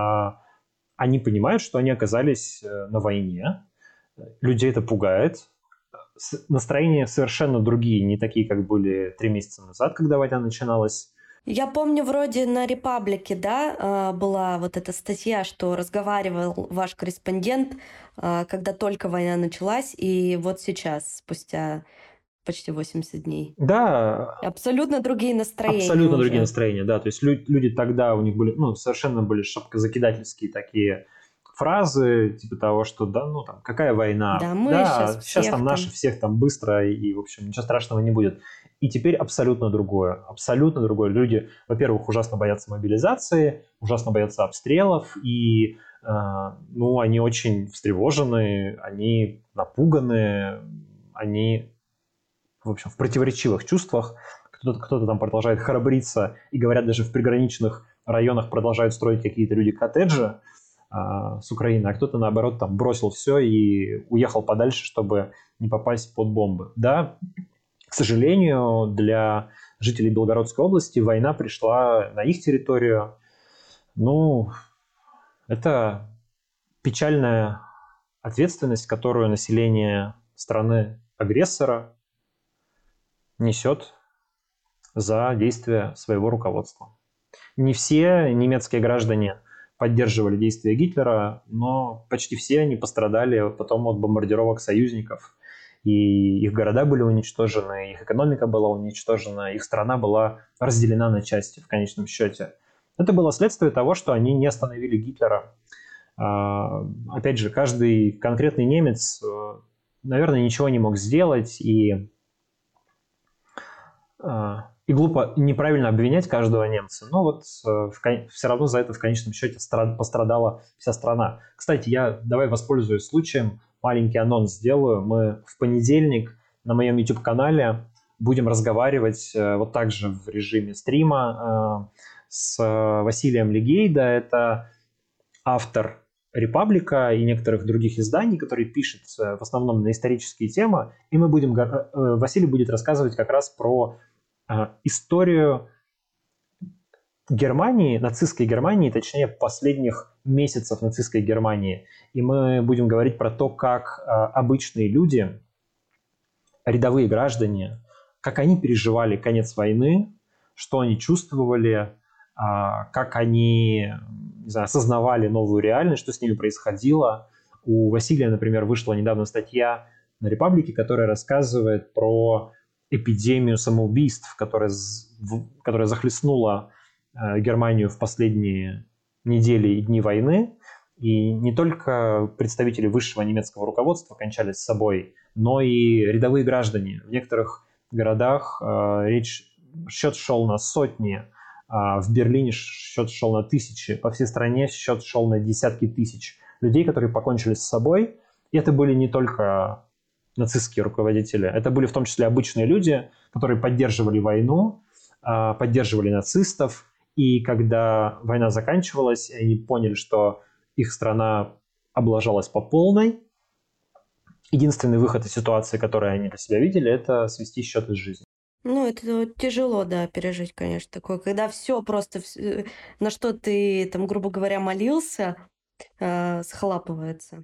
Они понимают, что они оказались на войне. Людей это пугает. Настроения совершенно другие, не такие, как были три месяца назад, когда война начиналась. Я помню, вроде на Репаблике, да, была вот эта статья, что разговаривал ваш корреспондент, когда только война началась, и вот сейчас, спустя почти восемьдесят дней. Да. Абсолютно другие настроения. Абсолютно уже. другие настроения, да. То есть люди тогда, у них были, ну, совершенно были шапкозакидательские такие фразы, типа того, что да, ну там, какая война? Да, мы да, сейчас, сейчас там наши всех там быстро, и, в общем, ничего страшного не будет. И теперь абсолютно другое, абсолютно другое. Люди, во-первых, ужасно боятся мобилизации, ужасно боятся обстрелов, и, э, ну, они очень встревожены, они напуганы, они, в общем, в противоречивых чувствах. Кто-то, кто-то там продолжает храбриться, и, говорят, даже в приграничных районах продолжают строить какие-то люди коттеджи с Украины, а кто-то, наоборот, там бросил все и уехал подальше, чтобы не попасть под бомбы. Да, к сожалению, для жителей Белгородской области война пришла на их территорию. Ну, это печальная ответственность, которую население страны-агрессора несет за действия своего руководства. Не все немецкие граждане поддерживали действия Гитлера, но почти все они пострадали потом от бомбардировок союзников. И их города были уничтожены, их экономика была уничтожена, их страна была разделена на части в конечном счете. Это было следствие того, что они не остановили Гитлера. Опять же, каждый конкретный немец, наверное, ничего не мог сделать, и И глупо неправильно обвинять каждого немца. Но вот э, в кон... все равно за это в конечном счете страд... пострадала вся страна. Кстати, я давай воспользуюсь случаем, маленький анонс сделаю. Мы в понедельник на моем YouTube-канале будем разговаривать э, вот так же в режиме стрима э, с Василием Легейдо. Это автор «Репаблика» и некоторых других изданий, которые пишет в основном на исторические темы. И мы будем... Э, Василий будет рассказывать как раз про историю Германии, нацистской Германии, точнее, последних месяцев нацистской Германии. И мы будем говорить про то, как обычные люди, рядовые граждане, как они переживали конец войны, что они чувствовали, как они, не знаю, осознавали новую реальность, что с ними происходило. У Василия, например, вышла недавно статья на «Репаблике», которая рассказывает про эпидемию самоубийств, которая, которая захлестнула э, Германию в последние недели и дни войны. И не только представители высшего немецкого руководства кончали с собой, но и рядовые граждане. В некоторых городах э, речь, счет шел на сотни, э, в Берлине счет шел на тысячи, по всей стране счет шел на десятки тысяч людей, которые покончили с собой. И это были не только нацистские руководители. Это были в том числе обычные люди, которые поддерживали войну, поддерживали нацистов. И когда война заканчивалась, они поняли, что их страна облажалась по полной. Единственный выход из ситуации, который они для себя видели, это свести счеты с жизнью. Ну, это тяжело, да, пережить, конечно, такое. Когда все просто, на что ты, там, грубо говоря, молился, схлапывается.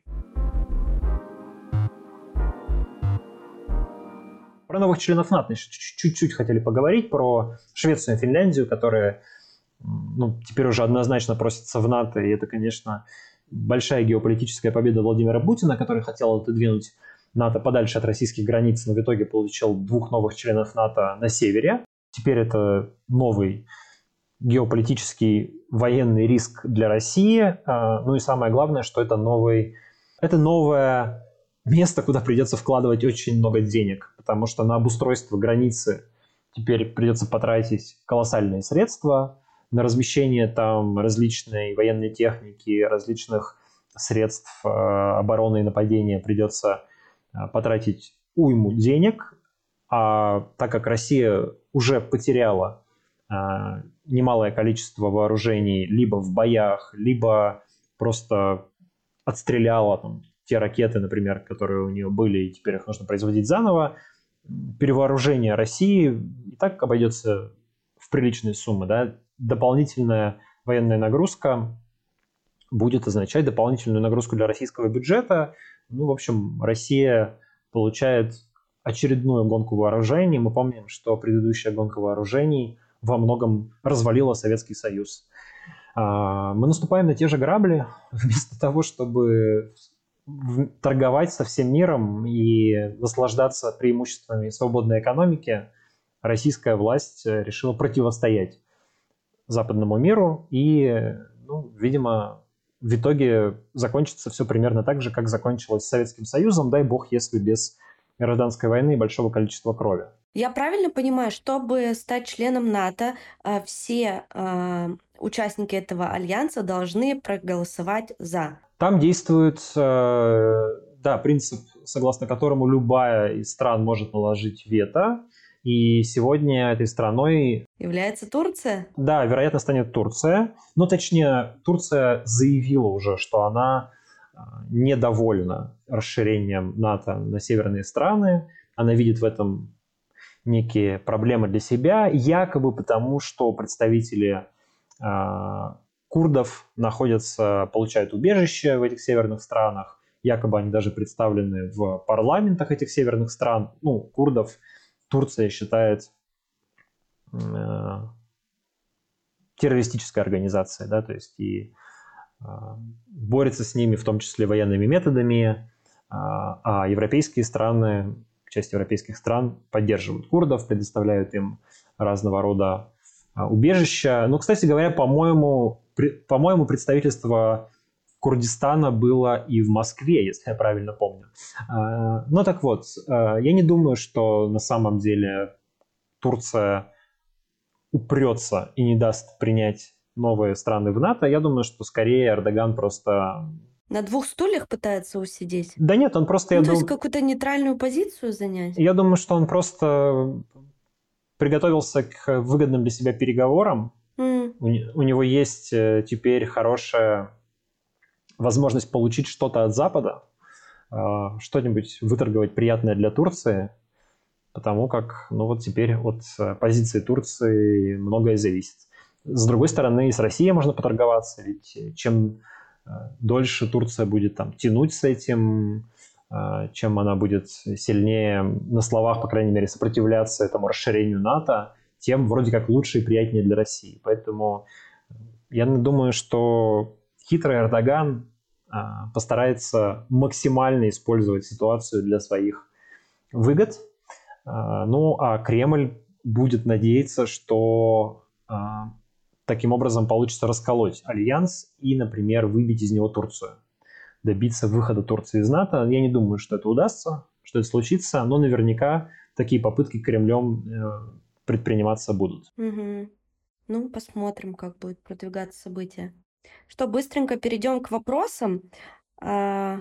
Про новых членов НАТО еще чуть-чуть хотели поговорить, про Швецию и Финляндию, которые ну, теперь уже однозначно просятся в НАТО, и это, конечно, большая геополитическая победа Владимира Путина, который хотел отодвинуть НАТО подальше от российских границ, но в итоге получил двух новых членов НАТО на севере. Теперь это новый геополитический военный риск для России. Ну и самое главное, что это новый, это новое место, куда придется вкладывать очень много денег, потому что на обустройство границы теперь придется потратить колоссальные средства, на размещение там различной военной техники, различных средств э, обороны и нападения придется э, потратить уйму денег, а так как Россия уже потеряла э, немалое количество вооружений либо в боях, либо просто отстреляла там, те ракеты, например, которые у нее были, и теперь их нужно производить заново, перевооружение России и так обойдется в приличные суммы. Да? Дополнительная военная нагрузка будет означать дополнительную нагрузку для российского бюджета. Ну, в общем, Россия получает очередную гонку вооружений. Мы помним, что предыдущая гонка вооружений во многом развалила Советский Союз. Мы наступаем на те же грабли вместо того, чтобы торговать со всем миром и наслаждаться преимуществами свободной экономики. Российская власть решила противостоять западному миру, и, ну, видимо, в итоге закончится все примерно так же, как закончилось с Советским Союзом, дай бог, если без гражданской войны и большого количества крови. Я правильно понимаю, чтобы стать членом НАТО, все участники этого альянса должны проголосовать «за»? Там действует, да, принцип, согласно которому любая из стран может наложить вето. И сегодня этой страной является Турция? Да, вероятно, станет Турция. Но точнее, Турция заявила уже, что она недовольна расширением НАТО на северные страны. Она видит в этом некие проблемы для себя, якобы потому, что представители э, курдов находятся, получают убежище в этих северных странах. Якобы они даже представлены в парламентах этих северных стран. Ну, курдов Турция считает э, террористической организацией, да, то есть и э, борется с ними в том числе военными методами, э, а европейские страны, часть европейских стран поддерживают курдов, предоставляют им разного рода э, убежища. Но, кстати говоря, по-моему, при, по-моему, представительство Курдистана было и в Москве, если я правильно помню. Ну так вот, я не думаю, что на самом деле Турция упрется и не даст принять новые страны в НАТО, я думаю, что скорее Эрдоган просто... На двух стульях пытается усидеть? Да нет, он просто... Ну, я то есть дум... какую-то нейтральную позицию занять? Я думаю, что он просто приготовился к выгодным для себя переговорам. Mm. У, не... у него есть теперь хорошая возможность получить что-то от Запада, что-нибудь выторговать приятное для Турции, потому как, ну вот теперь от позиции Турции многое зависит. С другой стороны, и с Россией можно поторговаться, ведь чем дольше Турция будет там тянуть с этим, чем она будет сильнее на словах, по крайней мере, сопротивляться этому расширению НАТО, тем вроде как лучше и приятнее для России. Поэтому я думаю, что хитрый Эрдоган постарается максимально использовать ситуацию для своих выгод. Ну, а Кремль будет надеяться, что таким образом получится расколоть альянс и, например, выбить из него Турцию. Добиться выхода Турции из НАТО. Я не думаю, что это удастся, что это случится, но наверняка такие попытки Кремлем предприниматься будут. Угу. Ну, посмотрим, как будет продвигаться события. Что, быстренько перейдем к вопросам. А,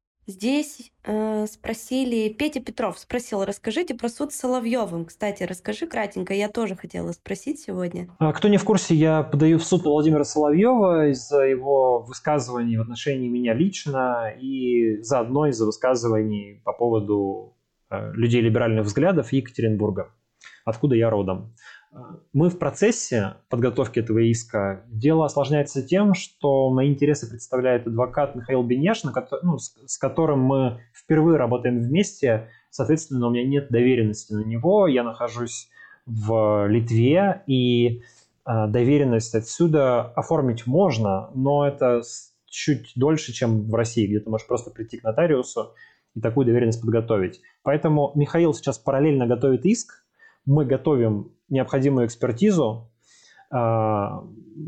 здесь э, спросили, Петя Петров спросил, расскажите про суд с Соловьевым. Кстати, расскажи кратенько, я тоже хотела спросить сегодня. Кто не в курсе, я подаю в суд на Владимира Соловьева из-за его высказываний в отношении меня лично и заодно из-за высказываний по поводу э, людей либеральных взглядов и Екатеринбурга, откуда я родом. Мы в процессе подготовки этого иска. Дело осложняется тем, что мои интересы представляет адвокат Михаил Бенеш, ну, с которым мы впервые работаем вместе. Соответственно, у меня нет доверенности на него. Я нахожусь в Литве, и доверенность отсюда оформить можно, но это чуть дольше, чем в России, где ты можешь просто прийти к нотариусу и такую доверенность подготовить. Поэтому Михаил сейчас параллельно готовит иск. Мы готовим необходимую экспертизу. Эта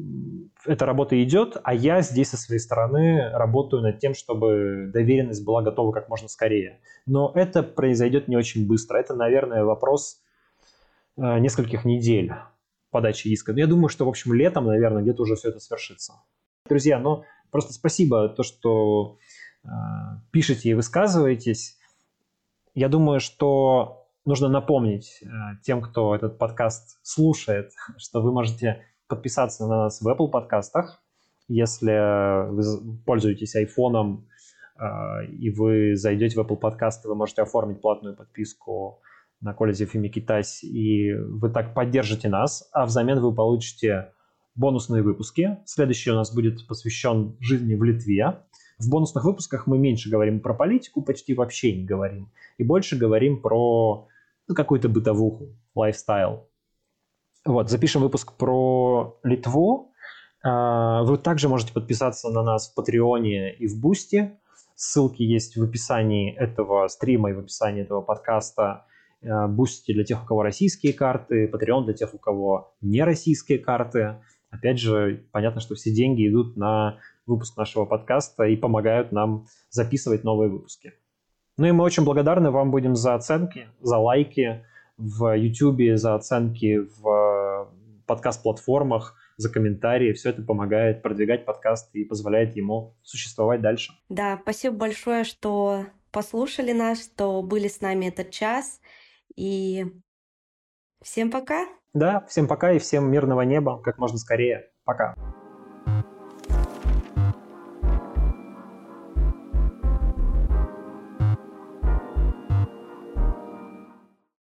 работа идет, а я здесь со своей стороны работаю над тем, чтобы доверенность была готова как можно скорее. Но это произойдет не очень быстро. Это, наверное, вопрос нескольких недель подачи иска. Но я думаю, что, в общем, летом, наверное, где-то уже все это свершится. Друзья, ну, просто спасибо то, что э, пишете и высказываетесь. Я думаю, что нужно напомнить э, тем, кто этот подкаст слушает, что вы можете подписаться на нас в Apple подкастах. Если вы пользуетесь айфоном э, и вы зайдете в Apple подкасты, вы можете оформить платную подписку на Колезев и Микитась, и вы так поддержите нас, а взамен вы получите бонусные выпуски. Следующий у нас будет посвящен жизни в Литве. В бонусных выпусках мы меньше говорим про политику, почти вообще не говорим, и больше говорим про ну, какую-то бытовуху, лайфстайл. Вот, запишем выпуск про Литву. Вы также можете подписаться на нас в Патреоне и в Бусти. Ссылки есть в описании этого стрима и в описании этого подкаста. Бусти для тех, у кого российские карты, Patreon для тех, у кого не российские карты. Опять же, понятно, что все деньги идут на выпуск нашего подкаста и помогают нам записывать новые выпуски. Ну и мы очень благодарны вам будем за оценки, за лайки в YouTube, за оценки в подкаст-платформах, за комментарии. Все это помогает продвигать подкаст и позволяет ему существовать дальше. Да, спасибо большое, что послушали нас, что были с нами этот час. И всем пока. Да, всем пока и всем мирного неба как можно скорее. Пока.